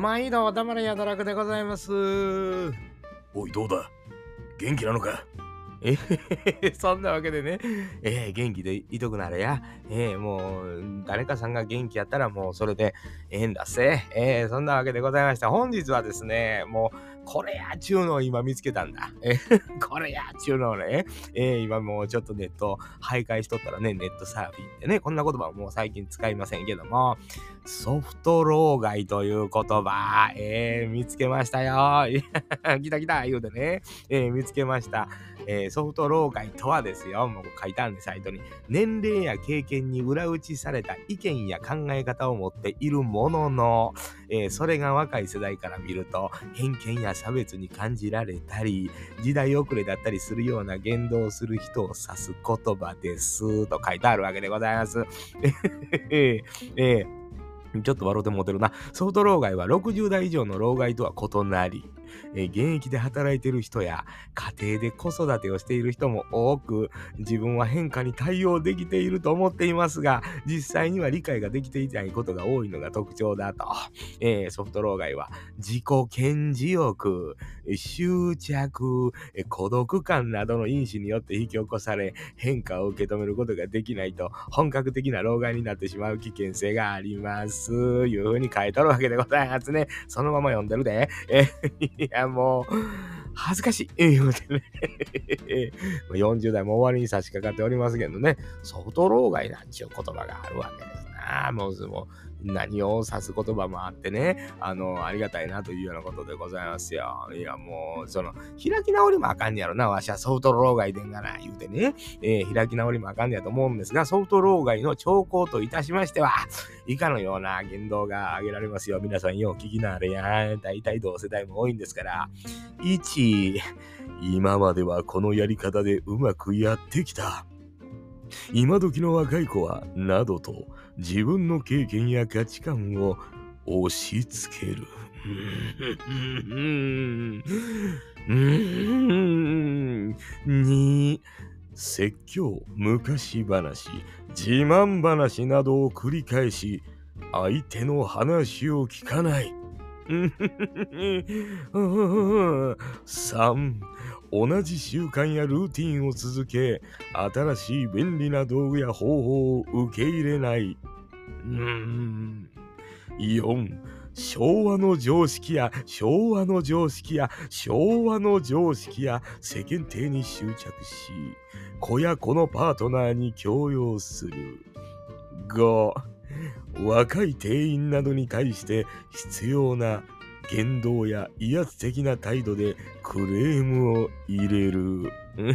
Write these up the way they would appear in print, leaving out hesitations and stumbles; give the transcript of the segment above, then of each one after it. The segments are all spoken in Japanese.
毎度黙れや堕落でございます。 おい、どうだ、元気なのか？ そんなわけでね、元気でいとくなれや。もう誰かさんが元気やったらもうそれでんだせ。そんなわけでございました。本日はですね、もうこれやちゅうのを今見つけたんだ。これやちゅうのをね、今もうちょっとネット徘徊しとったらね、ネットサーフィンってね、こんな言葉はもう最近使いませんけども、ソフト老害という言葉、見つけましたよ。来た来た言うてね、見つけました。ソフト老害とはですよ、もう書いたんでサイトに、年齢や経験に裏打ちされた意見や考え方を持っているものの、それが若い世代から見ると偏見や差別に感じられたり、時代遅れだったりするような言動をする人を指す言葉ですと書いてあるわけでございます。ちょっと笑うてもうてるな。ソフト老害は60代以上の老害とは異なり、現役で働いている人や家庭で子育てをしている人も多く、自分は変化に対応できていると思っていますが、実際には理解ができていないことが多いのが特徴だと。ソフト老害は自己顕示欲、執着、孤独感などの因子によって引き起こされ、変化を受け止めることができないと本格的な老害になってしまう危険性があります。いう風に書いとるわけでございますね。そのまま読んでるで。いやもう恥ずかしい言うてね。40代も終わりに差し掛かっておりますけどね、ソフト老害なんちゅう言葉があるわけですな。もう何を指す言葉もあってね、ありがたいなというようなことでございますよ。いやもう開き直りもあかんねやろな、わしはソフト老害でんがな言うてね、開き直りもあかんねやと思うんですが、ソフト老害の兆候といたしましては以下のような言動が挙げられますよ。皆さんよう聞きなあれや。大体同世代も多いんですから。1、今まではこのやり方でうまくやってきた。今時の若い子はなどと自分の経験や価値観を押し付ける。2、説教、昔話、自慢話などを繰り返し、相手の話を聞かない。3、同じ習慣やルーティンを続け、新しい便利な道具や方法を受け入れない。4、昭和の常識や世間体に執着し、子や子のパートナーに強要する。5、若い店員などに対して必要な言動や威圧的な態度でクレームを入れる。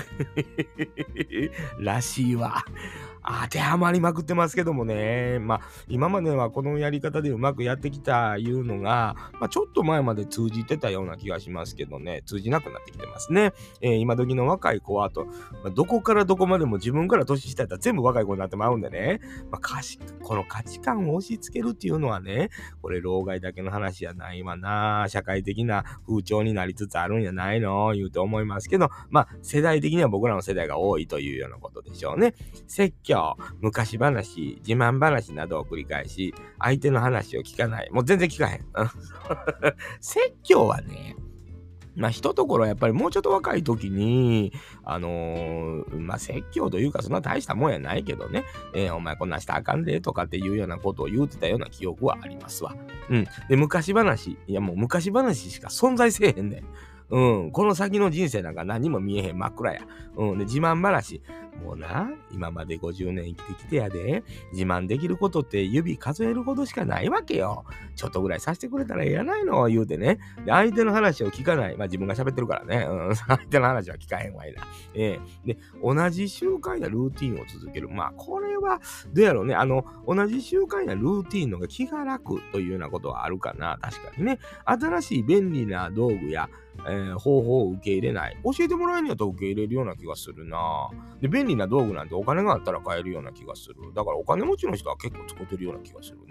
らしいわ。当てはまりまくってますけどもね。今まではこのやり方でうまくやってきたいうのが、ちょっと前まで通じてたような気がしますけどね、通じなくなってきてますね。今時の若い子はどこからどこまでも自分から年下やったら全部若い子になってまうんでね、この価値観を押し付けるっていうのはね、これ老害だけの話じゃないわな。社会的な風潮になりつつあるんじゃないの言うて思いますけど、世代的には僕らの世代が多いというようなことでしょうね。説教、昔話、自慢話などを繰り返し、相手の話を聞かない。もう全然聞かへん。説教はね、一ところやっぱりもうちょっと若い時に、説教というかそんな大したもんやないけどね、お前こんなんしたらあかんでとかっていうようなことを言うてたような記憶はありますわ。で、昔話、いやもう昔話しか存在せえへんねん。この先の人生なんか何も見えへん、真っ暗や。で、自慢話。もうな、今まで50年生きてきてやで、自慢できることって指数えるほどしかないわけよ。ちょっとぐらいさせてくれたらええやないの、言うてね。で、相手の話を聞かない。自分が喋ってるからね。相手の話は聞かへんわいな。で、同じ習慣やルーティンを続ける。これは、どうやろうね。同じ習慣やルーティンのが気が楽というようなことはあるかな。確かにね。新しい便利な道具や、方法を受け入れない。教えてもらえんやったら受け入れるような気がするな。で、便利な道具なんてお金があったら買えるような気がする。だからお金持ちの人は結構使ってるような気がするね。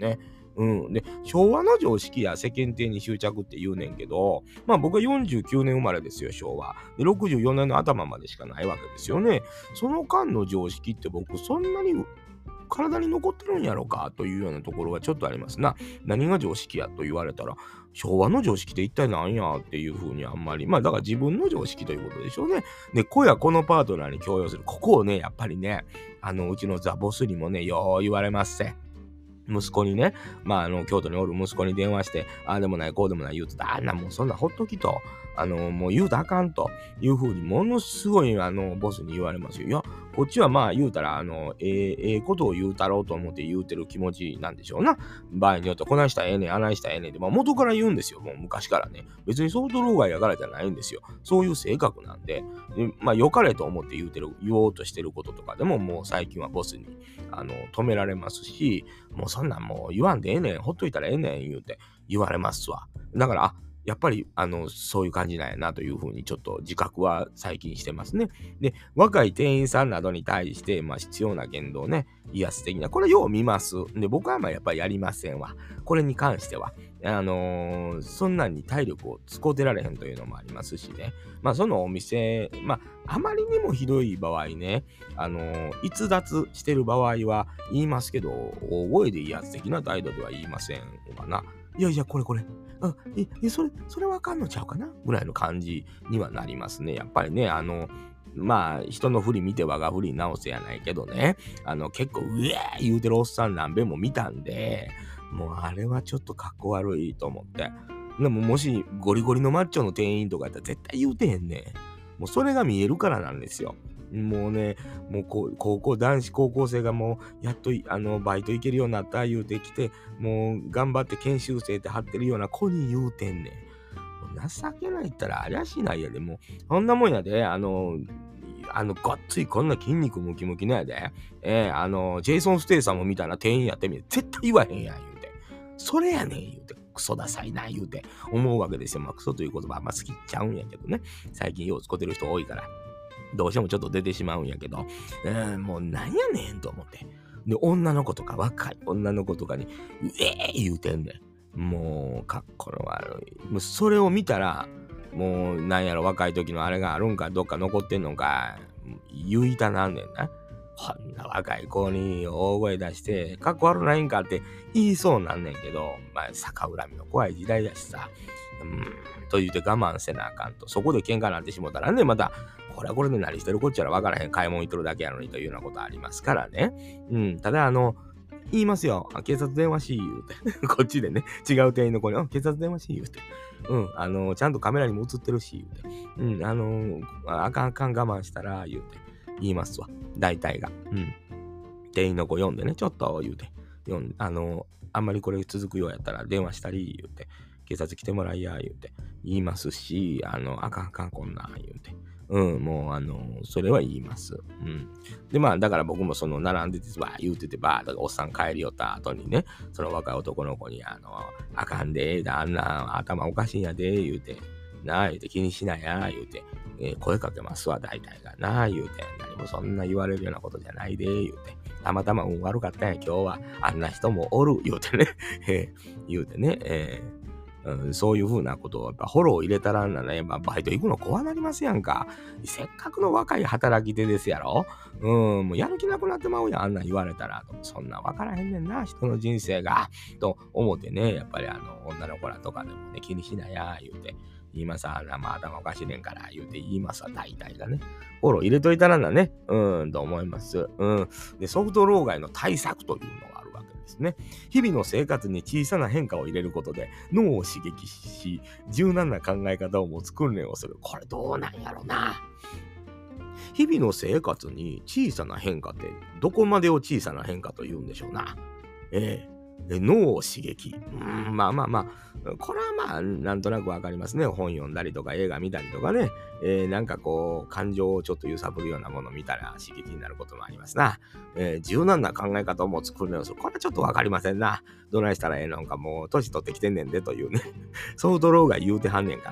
で、昭和の常識や世間体に執着って言うねんけど、まあ僕は49年生まれですよ、昭和。で、64年の頭までしかないわけですよね。その間の常識って僕そんなに体に残ってるんやろかというようなところがちょっとありますな。何が常識やと言われたら、昭和の常識って一体何やっていうふうにあんまり、まあだから自分の常識ということでしょうね。で、子や子のパートナーに強要する。ここをね、やっぱりね、うちのザボスにもね、よう言われますせ。息子にね、京都におる息子に電話して、ああでもない、こうでもない言うとた、あんなもうそんなほっときと、もう言うたらあかんというふうに、ものすごい、ボスに言われますよ。いや、こっちはまあ言うたら、ええことを言うたろうと思って言うてる気持ちなんでしょうな。場合によってこないしたらええねん、あないしたらええねんって、まあ元から言うんですよ。もう昔からね。別にソフト老害やからじゃないんですよ。そういう性格なんで、まあ良かれと思って言おうとしてることとかでも、もう最近はボスに、止められますし、もうそんなんもう言わんでええねん、ほっといたらええねん言うて言われますわ。だから、やっぱりそういう感じなんやなというふうにちょっと自覚は最近してますね。で、若い店員さんなどに対して、必要な言動ね、威圧的な、これよう見ます。で、僕はやっぱりやりませんわ。これに関しては。そんなんに体力を使うてられへんというのもありますしね。そのお店、あまりにもひどい場合ね、逸脱してる場合は言いますけど、大声で威圧的な態度では言いませんわな。いやいや、これ。それわかんのちゃうかなぐらいの感じにはなりますね。やっぱりね、人の振り見て我が振り直せやないけどね、結構、うえー言うてるおっさん何べんも見たんで、もうあれはちょっとかっこ悪いと思って。でももしゴリゴリのマッチョの店員とかやったら絶対言うてへんねん。もうそれが見えるからなんですよ。もうね、もう男子高校生がもうやっとバイト行けるようになった言うてきて、もう頑張って研修生って張ってるような子に言うてんねん。もう情けないったらありゃしないやで、もう、そんなもんやで、ごっついこんな筋肉ムキムキのやで、ジェイソン・ステイさんも見たら店員やってみて、絶対言わへんやん言うて。それやねん言うて。クソダサいな言うて思うわけですよ。クソという言葉あんま好きっちゃうんやけどね。最近よう使ってる人多いから。どうしてもちょっと出てしまうんやけど、もうなんやねんと思って。で、女の子とか若い女の子とかに、言うてんねん。もう、かっこの悪い。もうそれを見たら、もう、なんやろ、若い時のあれがあるんか、どっか残ってんのか、言いたなんねんな。こんな若い子に大声出して、かっこ悪ないんかって言いそうなんねんけど、逆恨みの怖い時代だしさ、と言うて我慢せなあかんと。そこで喧嘩なんてしもたらね、また、これはこれで何してるこっちゃらわからへん。買い物行っとるだけやのにというようなことありますからね。ただ言いますよ。警察電話し言うて。こっちでね、違う店員の子に、警察電話し言うて。ちゃんとカメラにも映ってるし、言うて。あかん我慢したら、言うて。言いますわ。大体が。店員の子読んでね、ちょっと言うて。あんまりこれ続くようやったら電話したり、言うて。警察来てもらいや、言うて。言いますし、あかんこんなん、言うて。もうそれは言います。で、だから僕も並んでて、言うてて、おっさん帰りよった後にね、その若い男の子に、あかんで、あんな頭おかしいんやで、言うて、なあ、言うて気にしなや、言うて、声かけますわ、大体がな、言うて、何もそんな言われるようなことじゃないで、言うて、たまたま運悪かったんや、今日は、あんな人もおる、言うてね、言うてね、そういうふうなことをやっぱフォロー入れたらんなら、バイト行くの怖なりますやんか。せっかくの若い働き手ですやろ。もうやる気なくなってまうやん、あんなん言われたら。そんな分からへんねんな、人の人生が。と思ってね、やっぱり女の子らとかでもね、気にしなや、言うて。言いますわ、頭おかしいねんから、言うて言いますわ、大体がね。フォロー入れといたらなね、と思います。で、ソフト老害の対策というのがあるわけですね。日々の生活に小さな変化を入れることで脳を刺激し、柔軟な考え方を持つ訓練をする。これどうなんやろな。日々の生活に小さな変化ってどこまでを小さな変化と言うんでしょうな。脳を刺激。これはなんとなくわかりますね。本読んだりとか映画見たりとかね。なんかこう、感情をちょっと揺さぶるようなものを見たら刺激になることもありますな。柔軟な考え方を持つ訓練をする。これはちょっとわかりませんな。どないしたらええのかもう、年取ってきてんねんでというね。ソフト老害言うてはんねんから。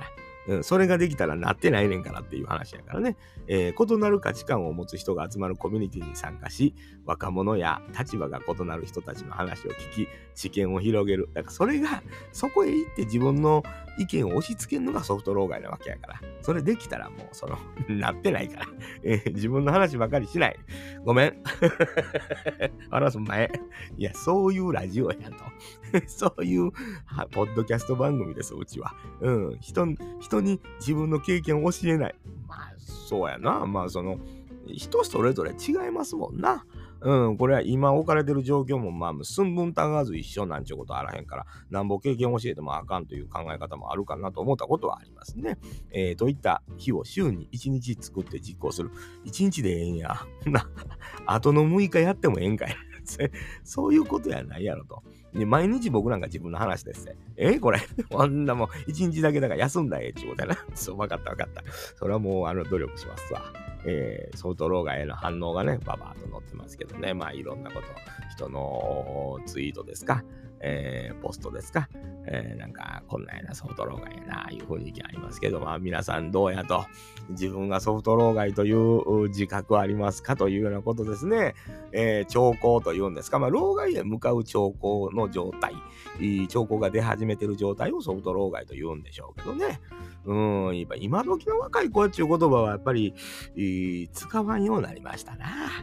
それができたらなってないねんからっていう話やからね。異なる価値観を持つ人が集まるコミュニティに参加し、若者や立場が異なる人たちの話を聞き、知見を広げる。だからそれが、そこへ行って自分の意見を押し付けるのがソフト老害なわけやから。それできたらもうなってないから。自分の話ばかりしない。ごめん。話す前。いや、そういうラジオやと。そういうポッドキャスト番組です、うちは。人に自分の経験を教えない。まあ、そうやな。まあ、人それぞれ違いますもんな。これは今置かれてる状況もまあ寸分たがわず一緒なんちゅうことあらへんから、なんぼ経験を教えてもあかんという考え方もあるかなと思ったことはありますね。といった日を週に1日作って実行する。1日でええんや。後の6日やってもええんかい。そういうことやないやろと。で、毎日僕なんか自分の話ですね。これ。こんなもん、1日だけだから休んだらええってことやな。そう、わかった。それはもう努力しますわ。ソフト老害への反応がね、ババーっと載ってますけどね。まあいろんなこと、人のツイートですか、ポストですか、なんかこんなんやな、ソフト老害やな、いう雰囲気ありますけど、まあ皆さんどうやと、自分がソフト老害という自覚はありますかというようなことですね。兆候というんですか、まあ老害へ向かう兆候の状態、兆候が出始めてる状態をソフト老害と言うんでしょうけどね。今時の若い子っていう言葉はやっぱり、使わんようになりましたな。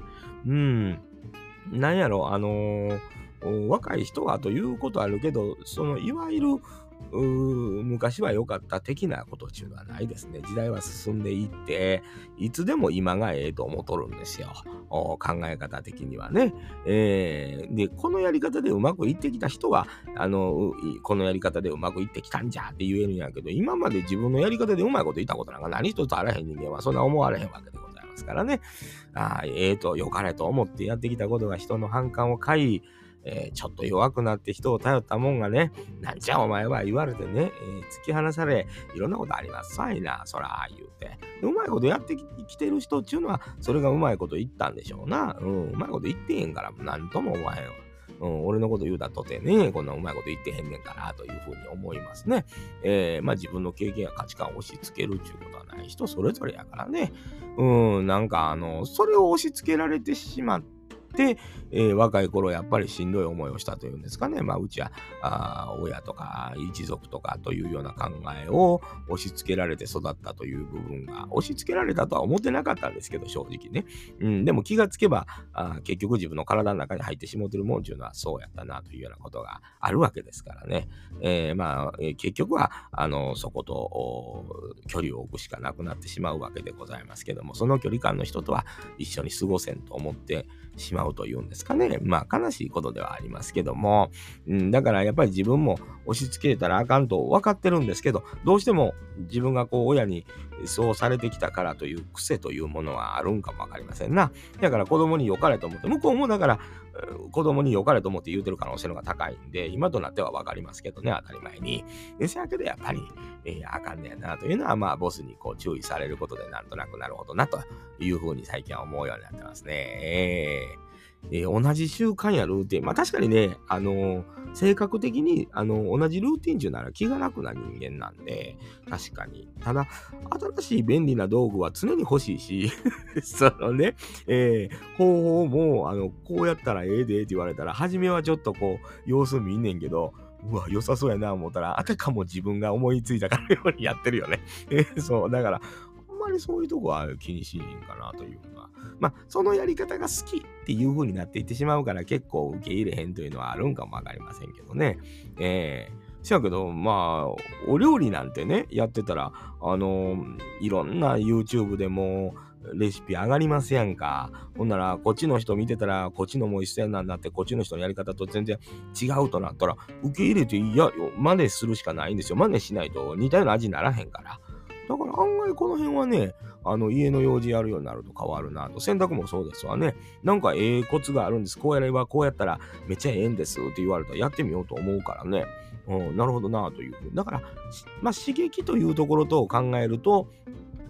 なんやろ、若い人はということあるけど、いわゆる昔は良かった的なことっていうのはないですね。時代は進んでいって、いつでも今がええと思っとるんですよ。考え方的にはね。で、このやり方でうまくいってきた人は、このやり方でうまくいってきたんじゃって言えるんやけど、今まで自分のやり方でうまいこと言ったことなんか何一つあらへん人間はそんな思われへんわけでございますからね。良かれと思ってやってきたことが人の反感を買い、ちょっと弱くなって人を頼ったもんがね、なんじゃお前は言われてね、突き放され、いろんなことありますさいな、そら言うて。うまいことやってきてる人っていうのは、それがうまいこと言ったんでしょうな。うまいこと言ってへんから、なんとも思わへんわ。俺のこと言うたとてね、こんなうまいこと言ってへんねんからというふうに思いますね。自分の経験や価値観を押し付けるっていうことはない人それぞれやからね。なんかそれを押し付けられてしまって、若い頃やっぱりしんどい思いをしたというんですかね。うちは親とか一族とかというような考えを押し付けられて育ったという部分が、押し付けられたとは思ってなかったんですけど、正直ね。でも気がつけば結局自分の体の中に入ってしもてるもんっていうのはそうやったなというようなことがあるわけですからね。結局はそこと距離を置くしかなくなってしまうわけでございますけども、その距離感の人とは一緒に過ごせんと思ってしまうというんですかね。悲しいことではありますけども、だからやっぱり自分も押し付けたらあかんと分かってるんですけど、どうしても自分が親にそうされてきたからという癖というものはあるんかもわかりませんな。だから子供に良かれと思って、向こうもだから子供に良かれと思って言うてる可能性の方が高いんで、今となっては分かりますけどね、当たり前に。せやけどやっぱり、あかんねやなというのは、ボスに注意されることでなんとなくなるほどなというふうに最近は思うようになってますね。同じ習慣やルーティン。確かにね、性格的に同じルーティン中なら気が楽な人間なんで、確かに。ただ、新しい便利な道具は常に欲しいし、方法も、こうやったらええでって言われたら、初めはちょっと様子見んねんけど、うわ、良さそうやな思ったら、あたかも自分が思いついたかのようにやってるよね。そう、だから、あんまりそういうとこは気にしんかなというか、そのやり方が好きっていう風になっていってしまうから結構受け入れへんというのはあるんかもわかりませんけどね。せやけど、お料理なんてね、やってたら、いろんな YouTube でもレシピ上がりますやんか。ほんなら、こっちの人見てたら、こっちのも一緒なんだって、こっちの人のやり方と全然違うとなったら、受け入れて、真似するしかないんですよ。真似しないと似たような味にならへんから。だから案外この辺はね、家の用事やるようになると変わるなと。洗濯もそうですわね。なんかコツがあるんです。こうやればこうやったらめっちゃええんですって言われたらやってみようと思うからね。なるほどなというふうに。だから、刺激というところと考えると、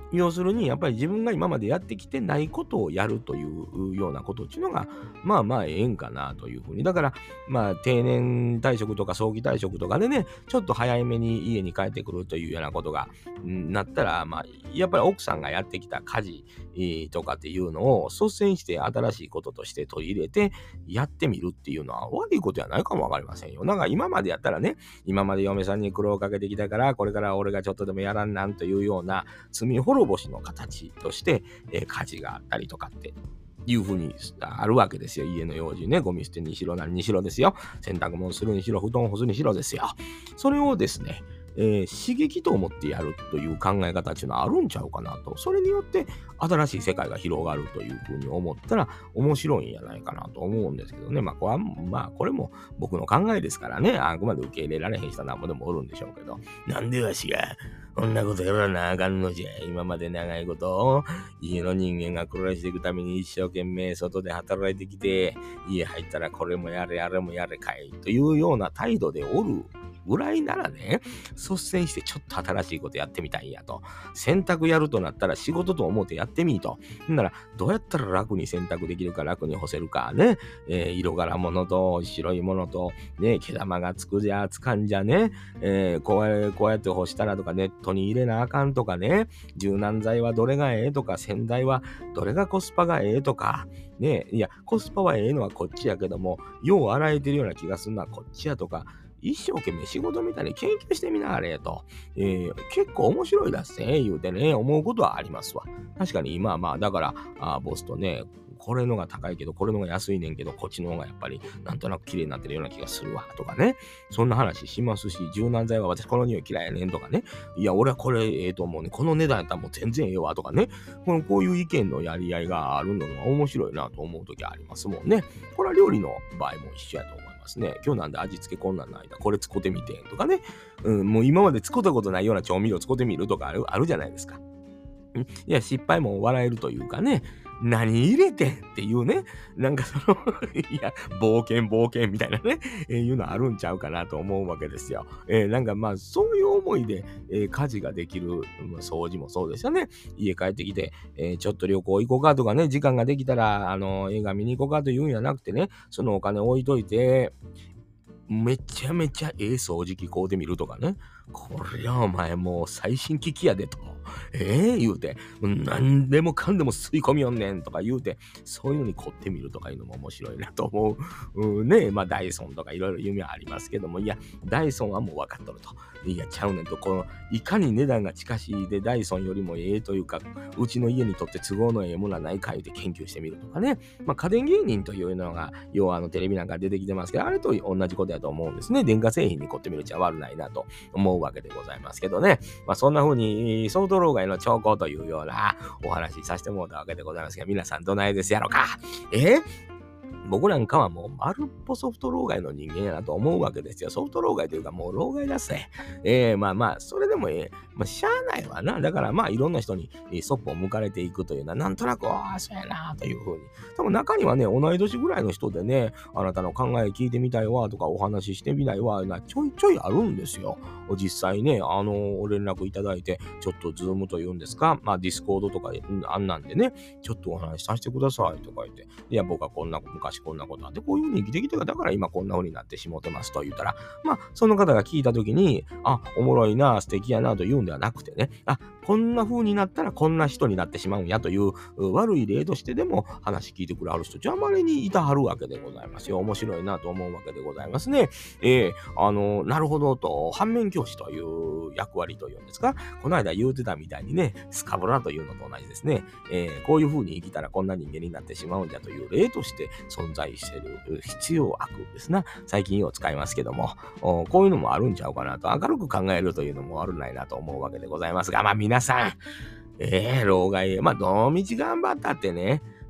要するにやっぱり自分が今までやってきてないことをやるというようなことっていうのがまあまあええんかなというふうに。だからまあ定年退職とか早期退職とかでね、ちょっと早めに家に帰ってくるというようなことがなったら、まあやっぱり奥さんがやってきた家事とかっていうのを率先して新しいこととして取り入れてやってみるっていうのは悪いことじゃないかもわかりませんよ。なんか今までやったらね、今まで嫁さんに苦労をかけてきたからこれから俺がちょっとでもやらんなんというような罪滅ぼしの形として、家事があったりとかっていうふうにあるわけですよ。家の用事ね、ゴミ捨てにしろ何にしろですよ。洗濯物するにしろ布団干すにしろですよ。それをですね、刺激と思ってやるという考え方っていうのはあるんちゃうかなと。それによって新しい世界が広がるというふうに思ったら面白いんじゃないかなと思うんですけどね。まあこれも僕の考えですからね。あくまで受け入れられへん人は何もでもおるんでしょうけど。なんでわしがこんなことやらなあかんのじゃ。今まで長いこと家の人間が暮らしていくために一生懸命外で働いてきて、家入ったらこれもやれあれもやれかいというような態度でおるぐらいならね、率先してちょっと新しいことやってみたいんやと。洗濯やるとなったら仕事と思ってやってみいと。ならどうやったら楽に洗濯できるか楽に干せるかね、色柄物と白いものとね、毛玉がつくじゃつかんじゃね、こうやって干したらとかネットに入れなあかんとかね、柔軟剤はどれがええとか洗剤はどれがコスパがええとかね、いやコスパはええのはこっちやけどもよう洗えてるような気がするのはこっちやとか、一生懸命仕事みたいに研究してみなあれと、結構面白いだっせ言うてね思うことはありますわ。確かに今はまあだからボスとね、これのが高いけどこれのが安いねんけどこっちの方がやっぱりなんとなく綺麗になってるような気がするわとかね、そんな話しますし、柔軟剤は私この匂い嫌いやねんとかね、いや俺はこれええと思うね、この値段やったらもう全然ええわとかね、こういう意見のやり合いがあるのが面白いなと思う時ありますもんね。これは料理の場合も一緒やと思いますね。今日なんで味付けこんなんないだ、これ使ってみてとかね、もう今まで使ったことないような調味料使ってみるとかあるじゃないですか。いや、失敗も笑えるというかね、何入れてんっていうね、なんかいや、冒険みたいなね、いうのあるんちゃうかなと思うわけですよ。なんかまあ、そういう思いで、家事ができる、掃除もそうですよね。家帰ってきて、ちょっと旅行行こうかとかね、時間ができたら、映画見に行こうかというんじゃなくてね、そのお金置いといて、めちゃめちゃ掃除機買うてみるとかね。これはお前もう最新機器やでと。言うて、何でもかんでも吸い込みよんねんとか言うて、そういうのに凝ってみるとかいうのも面白いなと思う。ね、まあダイソンとかいろいろ夢はありますけども、いや、ダイソンはもう分かっとると。いや、ちゃうねんと、いかに値段が近しいでダイソンよりもええというか、うちの家にとって都合のええものはないか言うて研究してみるとかね。まあ家電芸人というのが、要はテレビなんか出てきてますけど、あれと同じことやと思うんですね。電化製品に凝ってみるっちゃ悪ないなと思うわけでございますけどね。まあそんな風にソフト老害の兆候というようなお話させてもらったわけでございますが、皆さんどないですやろか。僕なんかはもう丸っぽソフト老害の人間やなと思うわけですよ。ソフト老害というかもう老害だぜ。まあそれでもしゃあないわな。だからまあいろんな人にそっぽを向かれていくというのはなんとなくそうやなというふうに。多分中にはね、同い年ぐらいの人でね、あなたの考え聞いてみたいわとかお話ししてみないわちょいちょいあるんですよ。実際ね、お連絡いただいて、ちょっとズームというんですか、まあディスコードとかあんなんでね、ちょっとお話しさせてくださいとか言って、いや僕は昔こんなことあってこういう風に生きてきてだから今こんな風になってしもてますと言ったら、まあその方が聞いた時におもろいな素敵やなと言うんではなくてね、こんな風になったらこんな人になってしまうんやという悪い例としてでも話聞いてくれはる人あまりにいたはるわけでございますよ。面白いなと思うわけでございますね。なるほどと、反面教師という役割というんですか、この間言うてたみたいにね、スカブラというのと同じですね。こういう風に生きたらこんな人間になってしまうんじゃという例として存在している必要悪ですな。最近よう使いますけども、こういうのもあるんちゃうかなと、明るく考えるというのも悪ないなと思うわけでございますが、まあ皆さん、老害、まあどの道頑張ったってね、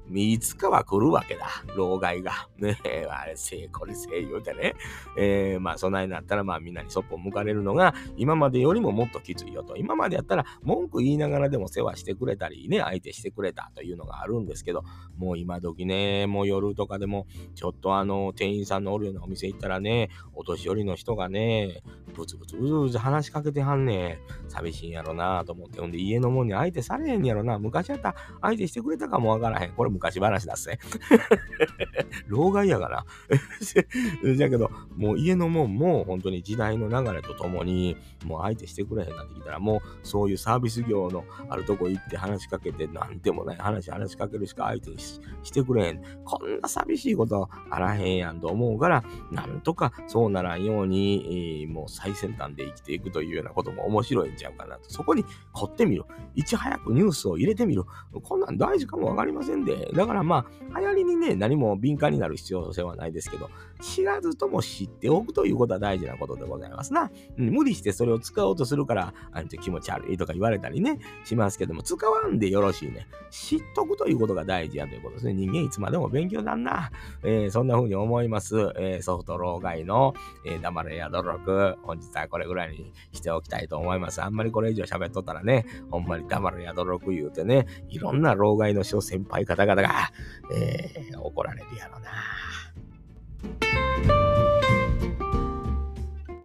いつかは来るわけだ。老害が。ねえ、あれ、これ言うてね。まあ、そないなったら、まあ、みんなにそっぽ向かれるのが、今までよりももっときついよと。今までやったら、文句言いながらでも世話してくれたりね、相手してくれたというのがあるんですけど、もう今時ね、もう夜とかでも、ちょっと店員さんのおるようなお店行ったらね、お年寄りの人がね、ブツブツ話しかけてはんねん。寂しいんやろなと思って。ほんで、家のもんに相手されへんやろな。昔やったら相手してくれたかもわからへん。これ昔話だっせ。老害やがな。だけど、もう家のもんも本当に時代の流れとともに、もう相手してくれへんなってきたら、もうそういうサービス業のあるとこ行って話しかけて、なんでもない話しかけるしか相手にしてくれへん。こんな寂しいことあらへんやんと思うから、なんとかそうならんように、もう最先端で生きていくというようなことも面白いんちゃうかなと。そこに凝ってみる。いち早くニュースを入れてみる。こんなん大事かもわかりませんで。だからまあ、流行りにね、何も敏感になる必要性はないですけど、知らずとも知っておくということは大事なことでございますな。無理してそれを使おうとするから、気持ち悪いとか言われたりね、しますけども、使わんでよろしいね。知っとくということが大事やということですね。人間いつまでも勉強なんな。そんな風に思います。ソフト老害の、黙れや努力。本日はこれぐらいにしておきたいと思います。あんまりこれ以上喋っとったらね、ほんまに黙れや努力言うてね、いろんな老害の諸先輩方々が、怒られるやろな。